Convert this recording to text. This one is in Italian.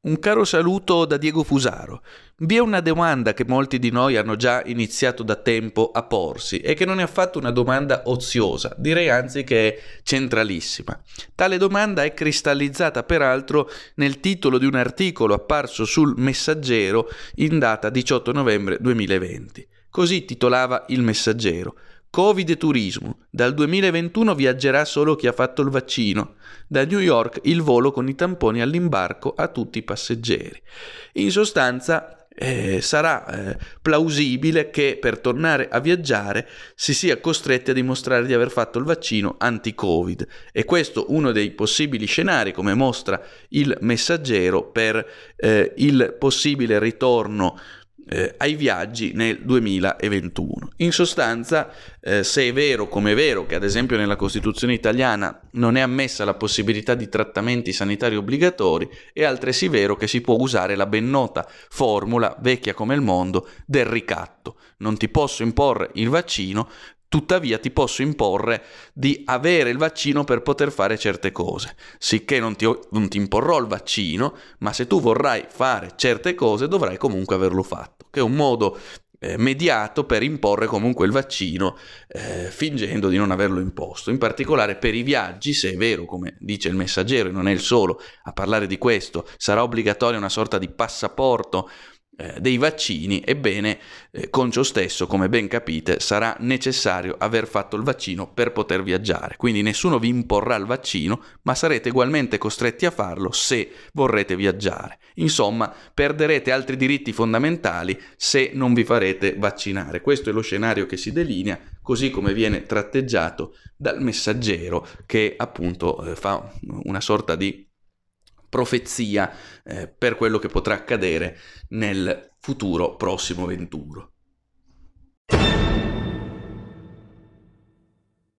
Un caro saluto da Diego Fusaro. Vi è una domanda che molti di noi hanno già iniziato da tempo a porsi e che non è affatto una domanda oziosa, direi anzi che è centralissima. Tale domanda è cristallizzata peraltro nel titolo di un articolo apparso sul Messaggero in data 18 novembre 2020. Così titolava il Messaggero: Covid e turismo. Dal 2021 viaggerà solo chi ha fatto il vaccino. Da New York il volo con i tamponi all'imbarco a tutti i passeggeri. In sostanza sarà plausibile che per tornare a viaggiare si sia costretti a dimostrare di aver fatto il vaccino anti-Covid. E questo uno dei possibili scenari, come mostra il Messaggero, per il possibile ritorno ai viaggi nel 2021. In sostanza, se è vero, come è vero, che ad esempio nella Costituzione italiana non è ammessa la possibilità di trattamenti sanitari obbligatori, è altresì vero che si può usare la ben nota formula, vecchia come il mondo, del ricatto. Non ti posso imporre il vaccino, tuttavia ti posso imporre di avere il vaccino per poter fare certe cose, sicché non ti imporrò il vaccino, ma se tu vorrai fare certe cose dovrai comunque averlo fatto, che è un modo mediato per imporre comunque il vaccino fingendo di non averlo imposto. In particolare per i viaggi, se è vero, come dice il Messaggero, e non è il solo a parlare di questo, sarà obbligatoria una sorta di passaporto dei vaccini, ebbene con ciò stesso, come ben capite, sarà necessario aver fatto il vaccino per poter viaggiare. Quindi nessuno vi imporrà il vaccino, ma sarete ugualmente costretti a farlo se vorrete viaggiare. Insomma, perderete altri diritti fondamentali se non vi farete vaccinare. Questo è lo scenario che si delinea, così come viene tratteggiato dal Messaggero, che appunto fa una sorta di profezia per quello che potrà accadere nel futuro prossimo venturo.